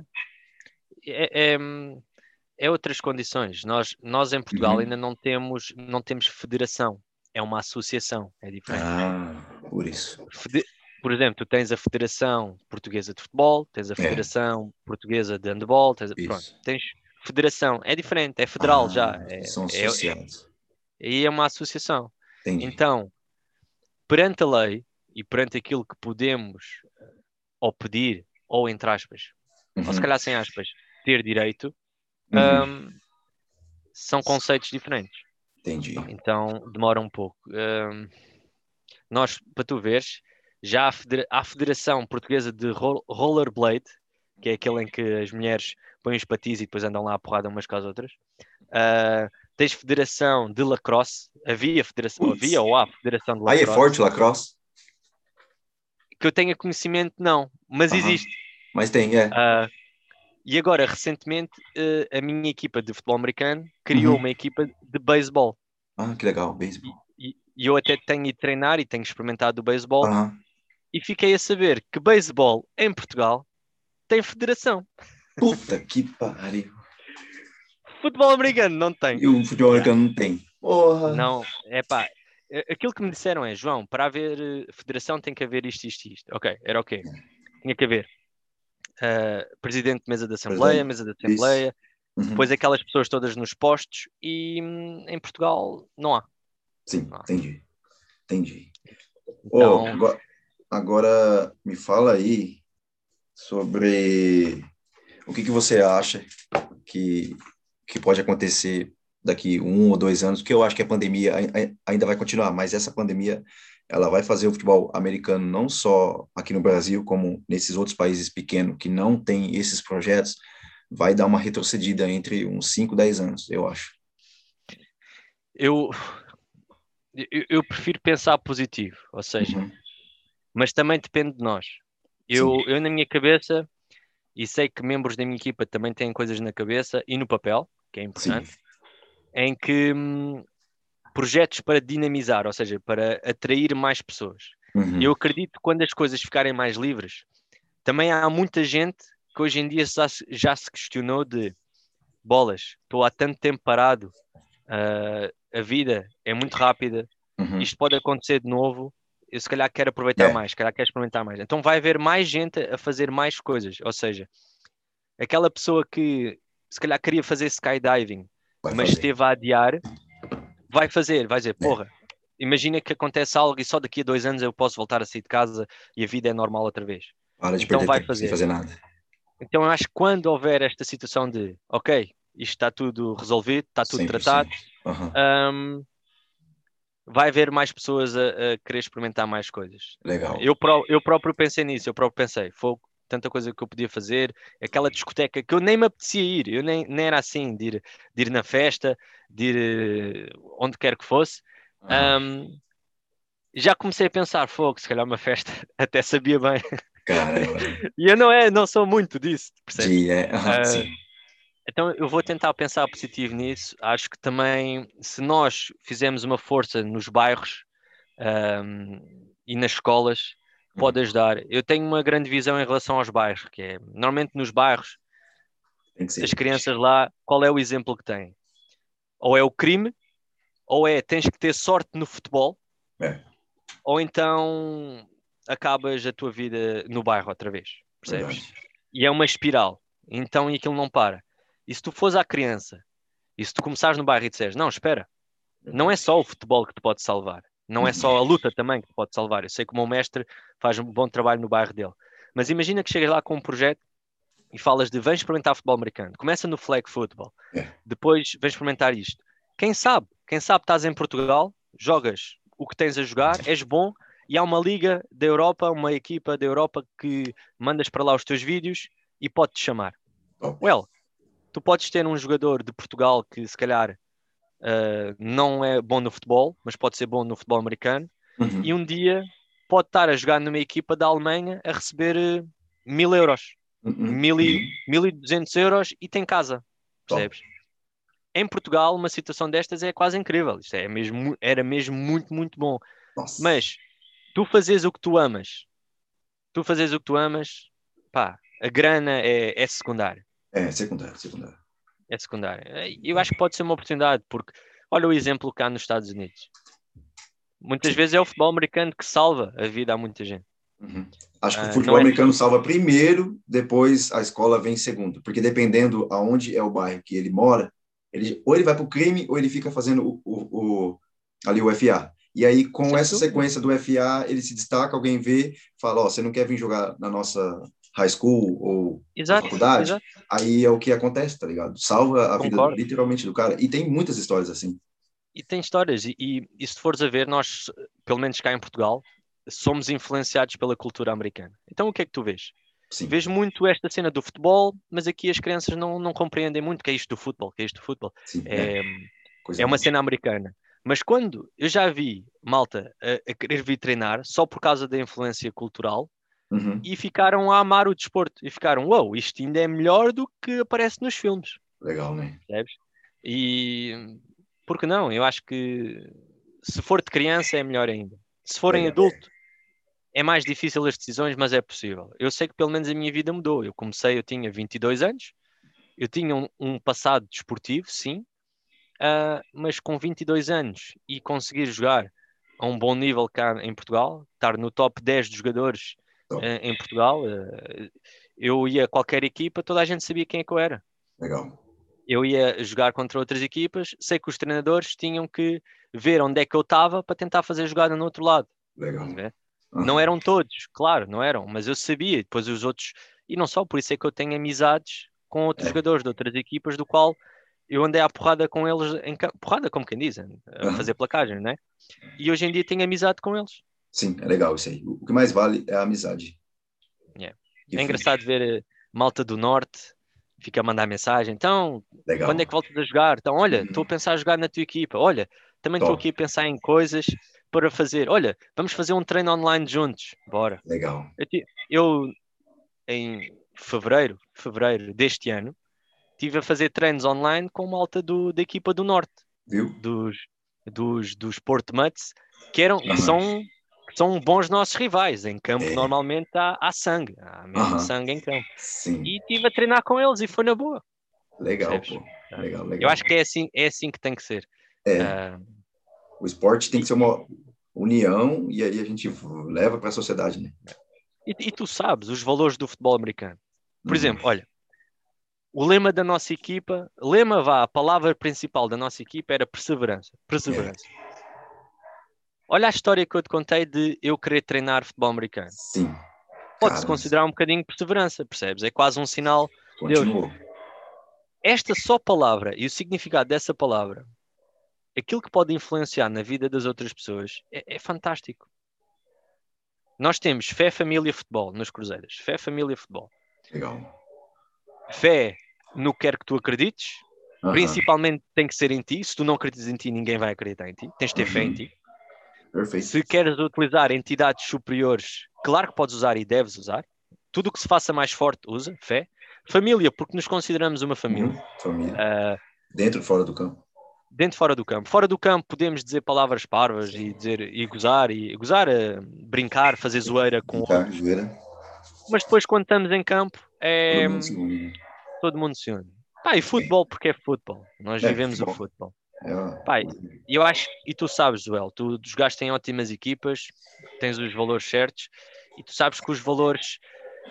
é, é, é outras condições. Nós, nós em Portugal Uhum. ainda não temos, não temos federação. É uma associação, é diferente. Ah, por isso. Fede- Por exemplo, tu tens a Federação Portuguesa de Futebol, tens a É, Federação Portuguesa de Handebol, tens, pronto, isso. tens federação. É diferente, é federal já. Ah, É, são é, é, associados. aí é uma associação. Entendi. Então, perante a lei e perante aquilo que podemos ou pedir, ou entre aspas, ou se Uhum, calhar sem aspas, ter direito, uhum, hum, são conceitos diferentes. entendi. Então demora um pouco. Hum, nós, para tu veres, já há, federa- há a Federação Portuguesa de Ro- Rollerblade, que é aquele em que as mulheres põem os patins e depois andam lá a porrada umas com as outras. Ah, tens Federação de Lacrosse, havia federação, Putz. havia ou há Federação de Aí é forte Lacrosse, o lacrosse? que eu tenha conhecimento, não, mas Aham. existe. Mas tem, é. Ah, e agora, recentemente, eh, a minha equipa de futebol americano criou Uhum. uma equipa de beisebol. Ah, que legal, E, beisebol. e- e eu até tenho ido treinar e tenho experimentado o beisebol Aham. e fiquei a saber que beisebol em Portugal tem federação. Puta que pariu. Futebol americano não tem. E o futebol Yeah. americano não tem. Porra. Não, é pá. Aquilo que me disseram é, João, para haver eh, federação tem que haver isto, isto, isto. Ok, era o quê? Tinha que haver eh, presidente de mesa de assembleia, Presidente. mesa de Isso. assembleia, Uhum. depois aquelas pessoas todas nos postos e hum, em Portugal não há. Sim, Não há. entendi. Entendi. Ô, Então, agora, agora me fala aí sobre o que que você acha que, que pode acontecer daqui um ou dois anos, porque eu acho que a pandemia ai- ai- ainda vai continuar, mas essa pandemia ela vai fazer o futebol americano não só aqui no Brasil, como nesses outros países pequenos que não têm esses projetos, vai dar uma retrocedida entre uns cinco dez anos, eu acho. eu, eu, eu prefiro pensar positivo, ou seja, Uhum. mas também depende de nós. Sim, Eu, eu na minha cabeça, e sei que membros da minha equipa também têm coisas na cabeça e no papel, que é sim. importante, em que hum, projetos para dinamizar, ou seja, para atrair mais pessoas. Eu Uhum. acredito que quando as coisas ficarem mais livres, também há muita gente que hoje em dia já, se- já se questionou de bolas, estou há tanto tempo parado, ah, a vida é muito rápida, Uhum. isto pode acontecer de novo, eu se calhar quero aproveitar É, mais, se calhar quero experimentar mais. Então vai haver mais gente a fazer mais coisas. Ou seja, aquela pessoa que se calhar queria fazer skydiving, vai mas fazer. esteve a adiar, vai fazer, vai dizer, É, porra, imagina que acontece algo e só daqui a dois anos eu posso voltar a sair de casa e a vida é normal outra vez. para de Então perder vai tempo sem fazer. fazer nada. Então eu acho que quando houver esta situação de, ok, isto está tudo resolvido, está tudo cem por tratado, cento. Aham. hum, vai haver mais pessoas a, a querer experimentar mais coisas. Legal. Eu, pró- eu próprio pensei nisso, eu próprio pensei, fogo, tanta coisa que eu podia fazer, aquela discoteca que eu nem me apetecia ir, eu nem, nem era assim, de ir, de ir na festa, de ir eh, onde quer que fosse. Aham. Hum, já comecei a pensar, fogo, se calhar uma festa até sabia bem. Caramba. E eu não, é, não sou muito disso, percebes? De, é, aham, Ah, sim. então eu vou tentar pensar positivo nisso. Acho que também, se nós fizermos uma força nos bairros, ahm, e nas escolas, Aham. pode ajudar. Eu tenho uma grande visão em relação aos bairros, que é, normalmente nos bairros, Tem que as ser. crianças lá, qual é o exemplo que têm? Ou é o crime, ou é tens que ter sorte no futebol, É, ou então acabas a tua vida no bairro outra vez, percebes? verdade. E é uma espiral. Então, e aquilo não para. E se tu fores à criança, e se tu começares no bairro e disseres, não, espera, não é Verdade. só o futebol que te pode salvar. Não é Uhum. só a luta também que te pode salvar. Eu sei que o meu mestre faz um bom trabalho no bairro dele. Mas imagina que chegas lá com um projeto e falas de vens experimentar futebol americano. Começa no flag football. É. Depois vens experimentar isto. Quem sabe? Quem sabe estás em Portugal, jogas o que tens a jogar, és bom e há uma liga da Europa, uma equipa da Europa que mandas para lá os teus vídeos e pode-te chamar. Top. Well, tu podes ter um jogador de Portugal que se calhar uh, não é bom no futebol, mas pode ser bom no futebol americano, e Uhum. um dia pode estar a jogar numa equipa da Alemanha a receber uh, mil euros, Uhum. mil e, Uhum. mil e duzentos euros e tem casa, Top. percebes? Em Portugal, uma situação destas é quase incrível. Isto é mesmo, era mesmo muito, muito bom. Nossa. Mas tu fazes o que tu amas, tu fazes o que tu amas, pá, a grana é, é secundária. É, secundário, secundário. É secundária. Eu acho que pode ser uma oportunidade, porque olha o exemplo cá nos Estados Unidos. Muitas Sim. vezes é o futebol americano que salva a vida a muita gente. Uhum. Acho que o Ah, futebol não é americano só. salva primeiro, depois a escola vem em segundo. Porque dependendo aonde é o bairro que ele mora, ele, ou ele vai para o crime ou ele fica fazendo o, o, o- ali o F A. E aí, com Sem essa dúvida. sequência do F A, ele se destaca, alguém vê, fala, ó, você não quer vir jogar na nossa high school ou na Exato, faculdade? exato. Aí é o que acontece, tá ligado? Salva a vida Concordo. literalmente do cara. E tem muitas histórias assim. E tem histórias. E, e, e se fores a ver, nós, pelo menos cá em Portugal, somos influenciados pela cultura americana. Então o que é que tu vês? Sim, Vês muito esta cena do futebol, mas aqui as crianças não, não compreendem muito o que é isto do futebol, o que é isto do futebol. sim, é. É, Coisa é uma nova. cena americana. Mas quando eu já vi malta a, a querer vir treinar só por causa da influência cultural, Uhum. e ficaram a amar o desporto e ficaram, uau, isto ainda é melhor do que aparece nos filmes, Legal, né? percebes? E por que não? Eu acho que se for de criança é melhor ainda. Se for em Legal. adulto é mais difícil as decisões, mas é possível. Eu sei que pelo menos a minha vida mudou. Eu comecei, eu tinha vinte e dois anos, eu tinha um, um passado desportivo, sim, uh, mas com vinte e dois anos e conseguir jogar a um bom nível cá em Portugal, estar no top dez de jogadores uh, Top. em Portugal, uh, eu ia a qualquer equipa, toda a gente sabia quem é que eu era. Legal. Eu ia jogar contra outras equipas, sei que os treinadores tinham que ver onde é que eu estava para tentar fazer jogada no outro lado. Estás a Legal. ver? Não Aham. eram todos, claro, não eram, mas eu sabia. Depois os outros, e não só, por isso é que eu tenho amizades com outros É. jogadores de outras equipas, do qual eu andei à porrada com eles, em campo, porrada como quem diz, a Aham. fazer placagem, né? E hoje em dia tenho amizade com eles. Sim, é legal isso aí. O que mais vale é a amizade Yeah. que É fica. engraçado ver eh, malta do norte, fica a mandar mensagem. Então, quando Legal. é que voltas a jogar? Então, olha, estou a Uhum. pensar a jogar na tua equipa. Olha, também estou Top. aqui a pensar em coisas para fazer. Olha, vamos fazer um treino online juntos. Bora. Legal. Eu, ti- eu, em fevereiro, fevereiro deste ano, estive a fazer treinos online com malta do, da equipa do norte, Viu? dos, dos, dos Porto Mats, que, eram, que, Aham. são, que são bons nossos rivais. Em campo, É. normalmente, há, há sangue, há mesmo Aham. sangue em campo. Sim. E estive a treinar com eles e foi na boa, Legal, percebes? pô. Ah, Legal, eu legal. acho que é assim, é assim que tem que ser. É. Ah, O esporte tem que e, ser uma união, e aí a gente leva para a sociedade, né? E, e tu sabes os valores do futebol americano. Por Uhum. exemplo, olha, o lema da nossa equipa, lema vá, a palavra principal da nossa equipa era perseverança. É, Perseverança. Olha a história que eu te contei de eu querer treinar futebol americano. sim, Pode-se cara, considerar um bocadinho de perseverança, percebes? É quase um sinal de Deus. continuou. Esta só palavra e o significado dessa palavra, aquilo que pode influenciar na vida das outras pessoas, é, é fantástico. Nós temos fé, família, futebol nos Cruzeiros. Fé, família, futebol. Legal. Fé no que quer que tu acredites. Aham, Principalmente tem que ser em ti. Se tu não acreditas em ti, ninguém vai acreditar em ti. Tens de ter fé em uhum. ti. Perfeito. Se queres utilizar entidades superiores, claro que podes usar e deves usar. Tudo o que se faça mais forte, usa. Fé. Família, porque nos consideramos uma Uhum. família. Família. Uh, Dentro e fora do campo. dentro e fora do campo. Fora do campo podemos dizer palavras parvas e dizer e gozar, e gozar, uh, brincar, fazer zoeira com Brincar, outros. zoeira. Mas depois quando estamos em campo, Todo é mundo se une. todo mundo se une. Pá, e futebol porque é futebol. Nós É, vivemos o futebol. futebol. É, ó, Pá, e eu acho, e tu sabes, Joel, tu jogaste em ótimas equipas, tens os valores certos, e tu sabes que os valores,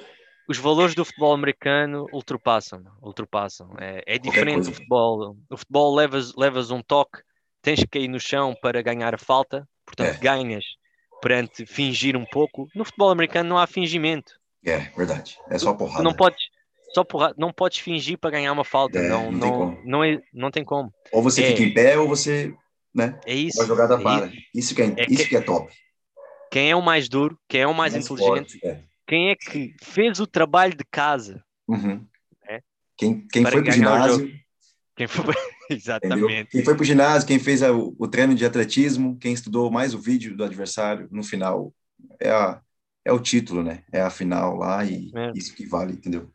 os valores do futebol americano ultrapassam, ultrapassam. É, é qualquer diferente coisa. do futebol. No futebol levas, levas um toque, tens que cair no chão para ganhar a falta, portanto É, ganhas perante fingir um pouco. No futebol americano não há fingimento. é, verdade. É Tu, só tu não porrada. podes só porra, não podes fingir para ganhar uma falta, É, não, não tem não, como. não, é, não tem como. Ou você fica É, em pé, ou você, né? é Uma isso, jogada é para. isso. Isso que é, É isso que que é top. quem é o mais duro, quem é o mais Mais forte. inteligente, É. quem é que fez o trabalho de casa, Uhum. né, Quem, quem para foi pro ganhar o jogo. ginásio, Quem foi... entendeu? Exatamente. Quem foi pro ginásio, quem fez a- o, o treino de atletismo, quem estudou mais o vídeo do adversário, no final, é, a, é o título, né? É a final lá É isso e mesmo. isso que vale, entendeu?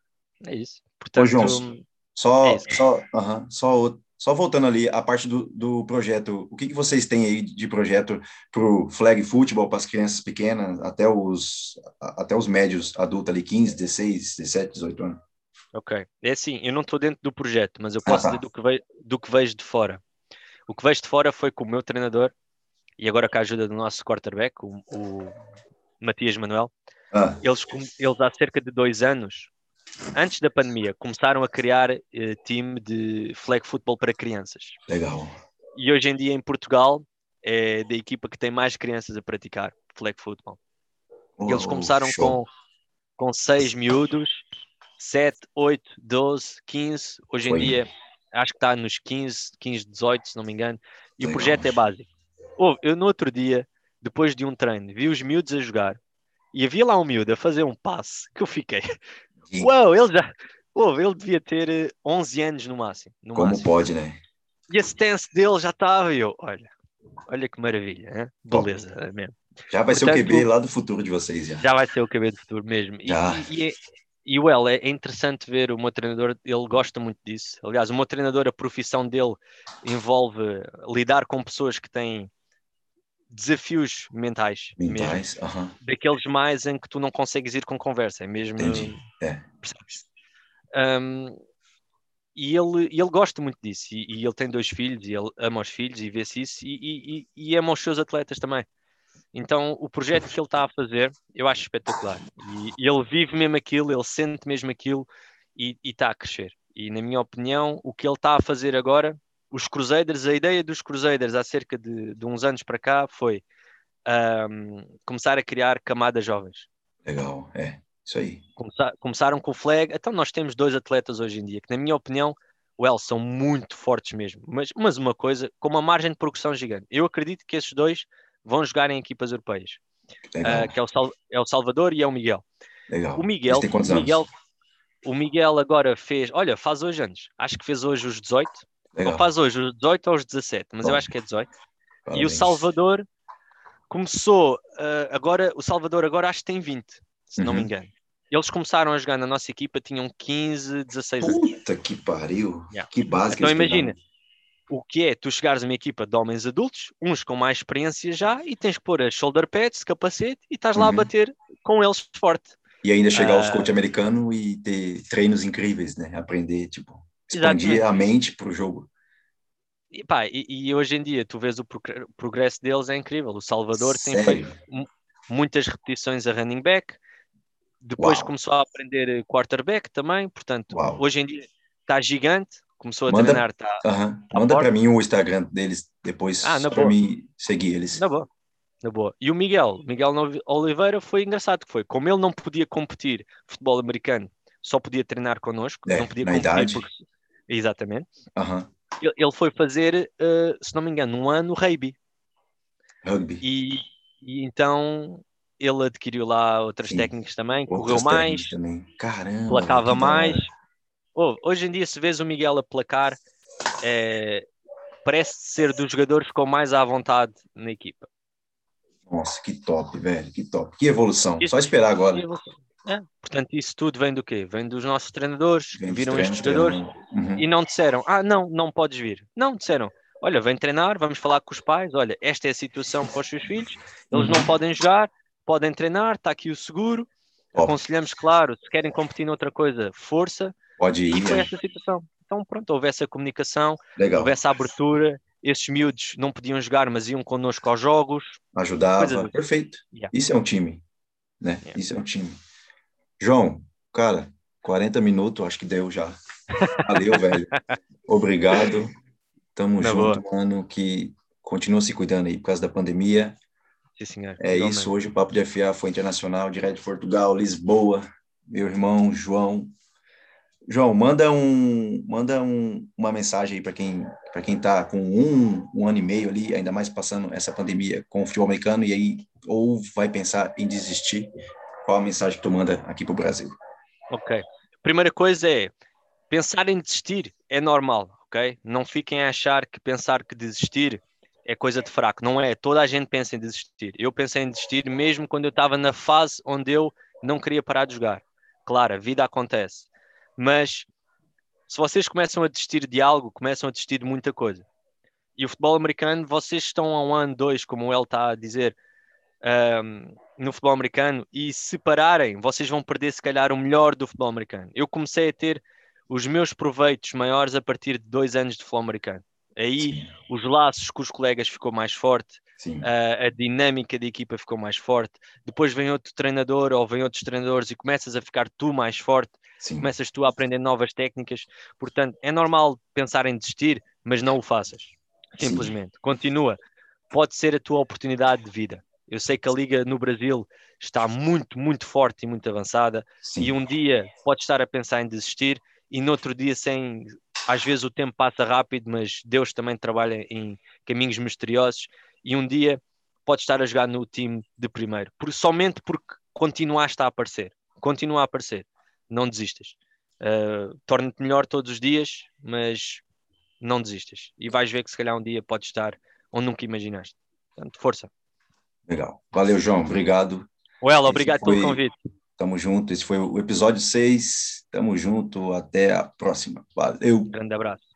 É isso. Ô, João, Portanto, é só, isso. só, aham, só, só voltando ali a parte do, do projeto, o que, que vocês têm aí de projeto para o flag football para as crianças pequenas até os, a- até os médios adultos ali, quinze, dezesseis, dezessete, dezoito anos? Ok. É assim, eu não estou dentro do projeto, mas eu Ah, posso dizer tá. do que, ve... do que vejo de fora. O que vejo de fora foi com o meu treinador, e agora com a ajuda do nosso quarterback, o, o Matias Manuel, Ah, eles, com- eles há cerca de dois anos, antes da pandemia, começaram a criar eh, time de flag football para crianças. legal. E hoje em dia em Portugal é da equipa que tem mais crianças a praticar flag football. Oh, E eles oh, começaram show. com, com seis miúdos, sete, oito, doze, quinze. Hoje em Foi dia acho que está nos quinze, quinze, dezoito, se não me engano. E o legal. projeto é básico. Ouve, eu no outro dia, depois de um treino, vi os miúdos a jogar e havia lá um miúdo a fazer um passe que eu fiquei, E uau, ele já, ouve, ele devia ter eh, onze anos no máximo, no como máximo. pode, né? E a stance dele já estava e eu, olha, olha que maravilha, hein? Top. Beleza, é mesmo. Já vai ser o Q B Portanto, lá do futuro de vocês, já. já vai ser o cabelo do futuro mesmo. E, Já. e, e, é- e o El, é é interessante ver o meu treinador, ele gosta muito disso. Aliás, o meu treinador, a profissão dele envolve lidar com pessoas que têm desafios mentais mesmo, Mentais, aham. daqueles mais em que tu não consegues ir com conversa, é Entendi. mesmo, É. percebes? Um, e ele, e ele gosta muito disso, e, e ele tem dois filhos, e ele ama os filhos, e vê-se isso, e, e, e e ama os seus atletas também. Então, o projeto que ele está a fazer, eu acho espetacular. E, e ele vive mesmo aquilo, ele sente mesmo aquilo e e está a crescer. E, na minha opinião, o que ele está a fazer agora, os Crusaders, a ideia dos Crusaders há cerca de, de uns anos para cá foi ahm, começar a criar camadas jovens. Legal. É. Isso aí. Começar- começaram com o flag. Então, nós temos dois atletas hoje em dia que, na minha opinião, well, são muito fortes mesmo. Mas, mas uma coisa, com uma margem de progressão gigante. Eu acredito que esses dois vão jogar em equipas europeias, Legal. uh, que é o, Sal é o Salvador e é o Miguel. O Legal. Eles Miguel, têm quantos o anos? Miguel, o Miguel agora fez, olha, faz hoje anos. Acho que fez hoje os dezoito, ou Legal. faz hoje os dezoito ou os dezassete, mas eu Top. acho que é dezoito. E o Parabéns. Salvador começou, uh, agora, o Salvador agora acho que tem vinte, se não me Uhum. engano. Eles começaram a jogar na nossa equipa, tinham quinze, dezasseis anos. Puta que pariu. Yeah. Que base que Então eles pegaram. imagina, o que é tu chegares a uma equipa de homens adultos, uns com mais experiência já, e tens que pôr as shoulder pads, capacete, e estás lá a Uhum. bater com eles forte. E ainda chegar aos Uh, coach americanos e ter treinos incríveis, né? Aprender, tipo, expandir exatamente. a mente pro jogo. E, pá, e, e hoje em dia tu vês o progr- progresso deles é incrível. O Salvador tem feito Sério? mu- muitas repetições a running back, depois Uau, começou a aprender eh, quarterback também, portanto, uau. hoje em dia está gigante, começou a Manda, treinar, está aham, tá manda para forte. mim o Instagram deles Ah, depois, na só para boa, mim seguir eles. na boa, na boa. E o Miguel, Miguel Novi- Oliveira foi engraçado que foi, como ele não podia competir futebol americano, só podia treinar connosco, não É, podia na competir idade. porque exatamente. Aham. Ele ele foi fazer, eh, se não me engano, um ano rugby. Rugby. E, e então ele adquiriu lá outras Sim. técnicas também, correu Outras técnicas mais, também. Caramba, velho, placava que da mais. hora. Oh, hoje em dia, se vês o Miguel a placar, é, parece ser dos jogadores com mais à vontade na equipa. Nossa, que top, velho, que top. Que evolução. Isso, Só esperar e agora. você? É, portanto, isso tudo vem do quê? Vem dos nossos treinadores que Vem dos viram estes treinos jogadores treinando. Uhum, e não disseram, ah, não, não podes vir. Não, disseram, olha, vem treinar, vamos falar com os pais, olha, esta é a situação para os seus filhos, eles não uhum. podem jogar, podem treinar, está aqui o seguro, Top. aconselhamos, claro, se querem competir noutra coisa, força, Pode e ir, foi é. essa situação. Então, pronto, houve essa comunicação, houve Legal. essa abertura, esses miúdos não podiam jogar, mas iam connosco aos jogos, coisas Ajudava. assim. Perfeito. Yeah, Isso é um time, né? yeah. Isso é um time. João, cara, quarenta minutos, acho que deu já. Valeu, velho. Obrigado. Tamo Na junto, boa, mano. Que continua se cuidando aí por causa da pandemia. sim senhor, É isso. igualmente. Hoje o Papo de F A foi internacional, direto de Portugal, Lisboa. Meu irmão João. João, manda um, manda um, uma mensagem aí para quem para quem está com um, um ano e meio ali, ainda mais passando essa pandemia com o futebol americano e aí ou vai pensar em desistir. Qual a mensagem que tu manda aqui para o Brasil? Ok. Primeira coisa é, pensar em desistir é normal, ok? Não fiquem a achar que pensar que desistir é coisa de fraco. Não é. Toda a gente pensa em desistir. Eu pensei em desistir mesmo quando eu estava na fase onde eu não queria parar de jogar. Claro, a vida acontece. Mas se vocês começam a desistir de algo, começam a desistir de muita coisa. E o futebol americano, vocês estão há um ano, dois, como ele está a dizer, um, no futebol americano, e se pararem, vocês vão perder se calhar o melhor do futebol americano. Eu comecei a ter os meus proveitos maiores a partir de dois anos de futebol americano. Aí Sim, os laços com os colegas ficou mais forte, sim, a, a dinâmica da equipa ficou mais forte. Depois vem outro treinador ou vem outros treinadores e começas a ficar tu mais forte, sim, começas tu a aprender novas técnicas. Portanto, é normal pensar em desistir, mas não o faças. sim, Simplesmente. Continua. Pode ser a tua oportunidade de vida. Eu sei que a liga no Brasil está muito, muito forte e muito avançada, e sim, um dia pode estar a pensar em desistir, e no outro dia sem. Às vezes o tempo passa rápido, mas Deus também trabalha em caminhos misteriosos, e um dia pode estar a jogar no time de primeiro, por, somente porque continuaste a aparecer. Continua a aparecer. Não desistas. Uh, torna-te melhor todos os dias, mas não desistas. E vais ver que se calhar um dia podes estar onde nunca imaginaste. Portanto, força. legal. Valeu, João, obrigado. Well, Esse obrigado pelo foi, convite. tamo junto, esse foi o episódio seis. Tamo junto, até a próxima. Valeu. Grande abraço.